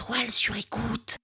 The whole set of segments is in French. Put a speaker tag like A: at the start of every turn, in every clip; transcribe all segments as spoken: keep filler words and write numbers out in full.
A: étoiles sur écoute.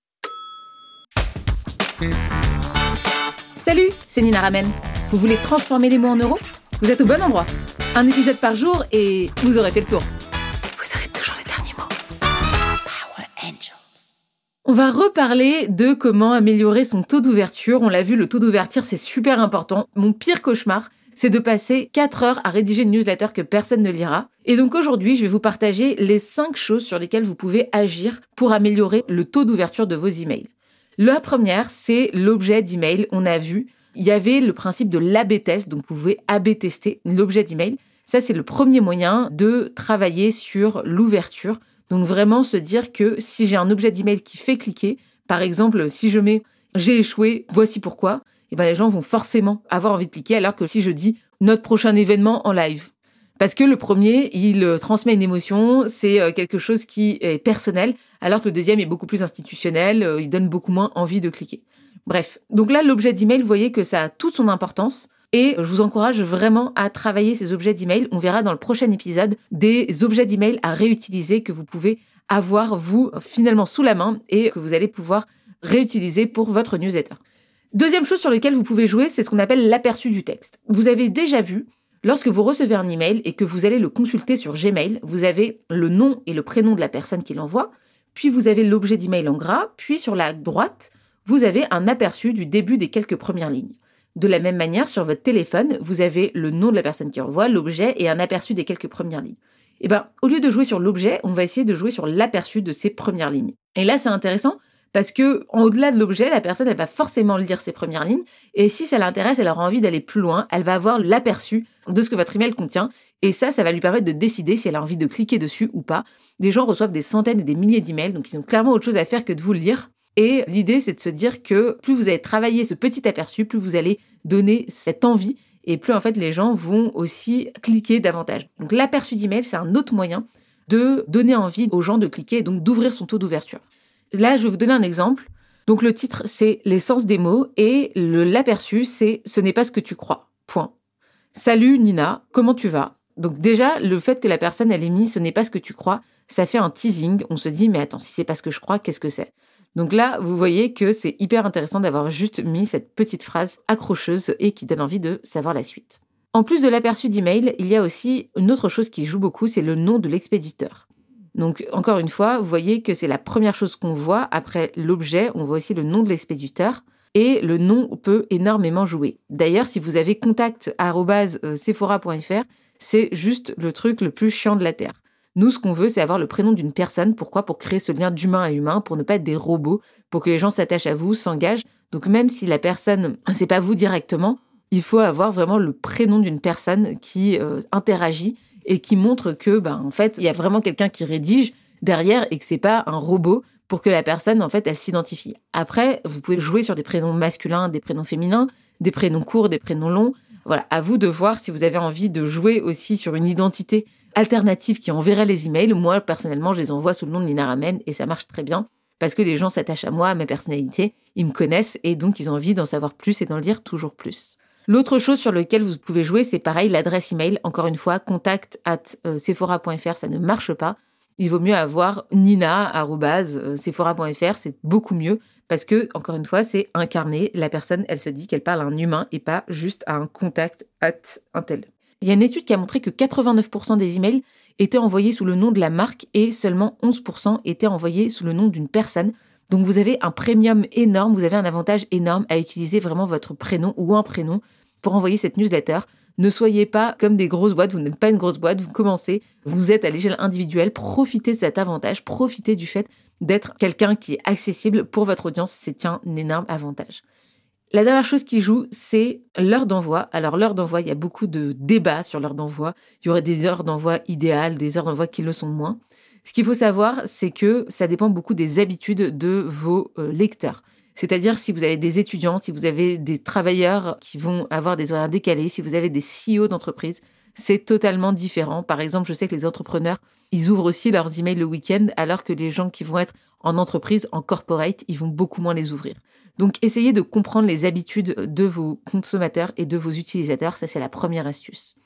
B: Salut, c'est Nina Ramen. Vous voulez transformer les mots en euros ? Vous êtes au bon endroit. Un épisode par jour et vous aurez fait le tour. Vous aurez toujours les derniers mots.
A: Power Angels.
B: On va reparler de comment améliorer son taux d'ouverture. On l'a vu, le taux d'ouverture, c'est super important. Mon pire cauchemar, c'est de passer quatre heures à rédiger une newsletter que personne ne lira. Et donc aujourd'hui, je vais vous partager les cinq choses sur lesquelles vous pouvez agir pour améliorer le taux d'ouverture de vos emails. La première, c'est l'objet d'email. On a vu, il y avait le principe de l'A B test, donc vous pouvez A B tester l'objet d'email. Ça, c'est le premier moyen de travailler sur l'ouverture. Donc vraiment se dire que si j'ai un objet d'email qui fait cliquer, par exemple, si je mets « j'ai échoué, voici pourquoi », et ben les gens vont forcément avoir envie de cliquer, alors que si je dis « notre prochain événement en live », parce que le premier, il transmet une émotion, c'est quelque chose qui est personnel, alors que le deuxième est beaucoup plus institutionnel, il donne beaucoup moins envie de cliquer. Bref, donc là, l'objet d'email, vous voyez que ça a toute son importance, et je vous encourage vraiment à travailler ces objets d'email. On verra dans le prochain épisode des objets d'email à réutiliser que vous pouvez avoir, vous, finalement sous la main, et que vous allez pouvoir réutiliser pour votre newsletter. Deuxième chose sur laquelle vous pouvez jouer, c'est ce qu'on appelle l'aperçu du texte. Vous avez déjà vu, lorsque vous recevez un email et que vous allez le consulter sur Gmail, vous avez le nom et le prénom de la personne qui l'envoie, puis vous avez l'objet d'email en gras, puis sur la droite, vous avez un aperçu du début des quelques premières lignes. De la même manière, sur votre téléphone, vous avez le nom de la personne qui envoie, l'objet et un aperçu des quelques premières lignes. Et ben, au lieu de jouer sur l'objet, on va essayer de jouer sur l'aperçu de ces premières lignes. Et là, c'est intéressant, parce que, au-delà de l'objet, la personne, elle va forcément lire ses premières lignes. Et si ça l'intéresse, elle aura envie d'aller plus loin. Elle va avoir l'aperçu de ce que votre email contient. Et ça, ça va lui permettre de décider si elle a envie de cliquer dessus ou pas. Les gens reçoivent des centaines et des milliers d'emails, donc ils ont clairement autre chose à faire que de vous le lire. Et l'idée, c'est de se dire que plus vous allez travailler ce petit aperçu, plus vous allez donner cette envie. Et plus, en fait, les gens vont aussi cliquer davantage. Donc, l'aperçu d'email, c'est un autre moyen de donner envie aux gens de cliquer et donc d'ouvrir son taux d'ouverture. Là, je vais vous donner un exemple. Donc, le titre, c'est l'essence des mots et le, l'aperçu, c'est ce n'est pas ce que tu crois. Point. Salut Nina, comment tu vas ? Donc déjà, le fait que la personne, elle ait mis ce n'est pas ce que tu crois, ça fait un teasing. On se dit, mais attends, si c'est pas ce que je crois, qu'est-ce que c'est ? Donc là, vous voyez que c'est hyper intéressant d'avoir juste mis cette petite phrase accrocheuse et qui donne envie de savoir la suite. En plus de l'aperçu d'email, il y a aussi une autre chose qui joue beaucoup, c'est le nom de l'expéditeur. Donc, encore une fois, vous voyez que c'est la première chose qu'on voit. Après l'objet, on voit aussi le nom de l'expéditeur. Et le nom peut énormément jouer. D'ailleurs, si vous avez contact arobase sephora point f r, c'est juste le truc le plus chiant de la Terre. Nous, ce qu'on veut, c'est avoir le prénom d'une personne. Pourquoi ? Pour créer ce lien d'humain à humain, pour ne pas être des robots, pour que les gens s'attachent à vous, s'engagent. Donc, même si la personne, c'est pas vous directement, il faut avoir vraiment le prénom d'une personne qui euh, interagit et qui montre que, bah, en fait, il y a vraiment quelqu'un qui rédige derrière et que c'est pas un robot pour que la personne, en fait, elle s'identifie. Après, vous pouvez jouer sur des prénoms masculins, des prénoms féminins, des prénoms courts, des prénoms longs. Voilà, à vous de voir si vous avez envie de jouer aussi sur une identité alternative qui enverrait les emails. Moi, personnellement, je les envoie sous le nom de Nina Ramen et ça marche très bien parce que les gens s'attachent à moi, à ma personnalité, ils me connaissent et donc ils ont envie d'en savoir plus et d'en lire toujours plus. L'autre chose sur laquelle vous pouvez jouer, c'est pareil, l'adresse email. Encore une fois, contact at sephora point f r, ça ne marche pas. Il vaut mieux avoir nina arobase sephora point f r, c'est beaucoup mieux parce que, encore une fois, c'est incarné. La personne, elle se dit qu'elle parle à un humain et pas juste à un contact at un tel. Il y a une étude qui a montré que quatre-vingt-neuf pour cent des emails étaient envoyés sous le nom de la marque et seulement onze pour cent étaient envoyés sous le nom d'une personne. Donc vous avez un premium énorme, vous avez un avantage énorme à utiliser vraiment votre prénom ou un prénom pour envoyer cette newsletter. Ne soyez pas comme des grosses boîtes, vous n'êtes pas une grosse boîte, vous commencez, vous êtes à l'échelle individuelle, profitez de cet avantage, profitez du fait d'être quelqu'un qui est accessible pour votre audience, c'est un énorme avantage. La dernière chose qui joue, c'est l'heure d'envoi. Alors l'heure d'envoi, il y a beaucoup de débats sur l'heure d'envoi. Il y aurait des heures d'envoi idéales, des heures d'envoi qui le sont moins. Ce qu'il faut savoir, c'est que ça dépend beaucoup des habitudes de vos euh, lecteurs. C'est-à-dire si vous avez des étudiants, si vous avez des travailleurs qui vont avoir des horaires décalés, si vous avez des C E O d'entreprise, c'est totalement différent. Par exemple, je sais que les entrepreneurs, ils ouvrent aussi leurs emails le week-end, alors que les gens qui vont être en entreprise, en corporate, ils vont beaucoup moins les ouvrir. Donc, essayez de comprendre les habitudes de vos consommateurs et de vos utilisateurs. Ça, c'est la première astuce.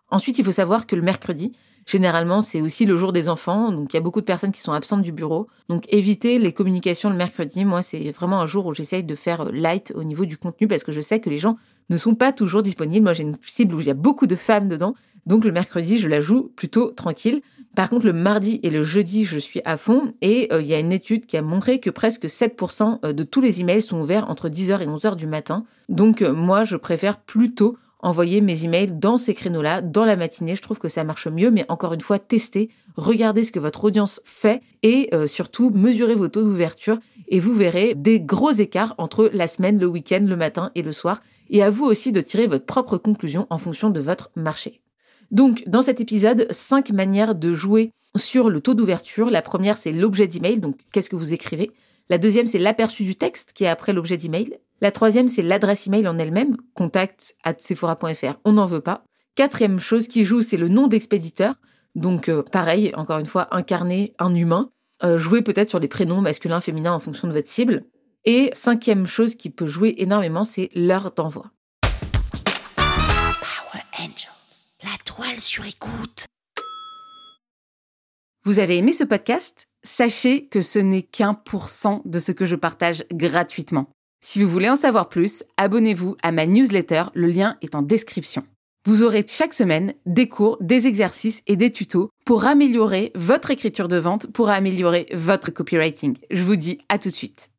B: Ensuite, il faut savoir que le mercredi, généralement, c'est aussi le jour des enfants, donc il y a beaucoup de personnes qui sont absentes du bureau. Donc évitez les communications le mercredi. Moi, c'est vraiment un jour où j'essaye de faire light au niveau du contenu parce que je sais que les gens ne sont pas toujours disponibles. Moi, j'ai une cible où il y a beaucoup de femmes dedans, donc le mercredi, je la joue plutôt tranquille. Par contre, le mardi et le jeudi, je suis à fond et il euh, y a une étude qui a montré que presque sept pour cent de tous les emails sont ouverts entre dix heures et onze heures du matin. Donc euh, moi, je préfère plutôt envoyer mes emails dans ces créneaux-là, dans la matinée. Je trouve que ça marche mieux, mais encore une fois, testez, regardez ce que votre audience fait et euh, surtout, mesurez vos taux d'ouverture et vous verrez des gros écarts entre la semaine, le week-end, le matin et le soir. Et à vous aussi de tirer votre propre conclusion en fonction de votre marché. Donc, dans cet épisode, cinq manières de jouer sur le taux d'ouverture. La première, c'est l'objet d'email, donc qu'est-ce que vous écrivez. La deuxième, c'est l'aperçu du texte qui est après l'objet d'email. La troisième, c'est l'adresse email en elle-même, contact arobase sephora point f r, on n'en veut pas. Quatrième chose qui joue, c'est le nom d'expéditeur. Donc euh, pareil, encore une fois, incarner un humain. Euh, jouer peut-être sur les prénoms masculins, féminins en fonction de votre cible. Et cinquième chose qui peut jouer énormément, c'est l'heure d'envoi.
A: Power Angels, la toile sur écoute.
C: Vous avez aimé ce podcast ? Sachez que ce n'est qu'un pour cent de ce que je partage gratuitement. Si vous voulez en savoir plus, abonnez-vous à ma newsletter, le lien est en description. Vous aurez chaque semaine des cours, des exercices et des tutos pour améliorer votre écriture de vente, pour améliorer votre copywriting. Je vous dis à tout de suite.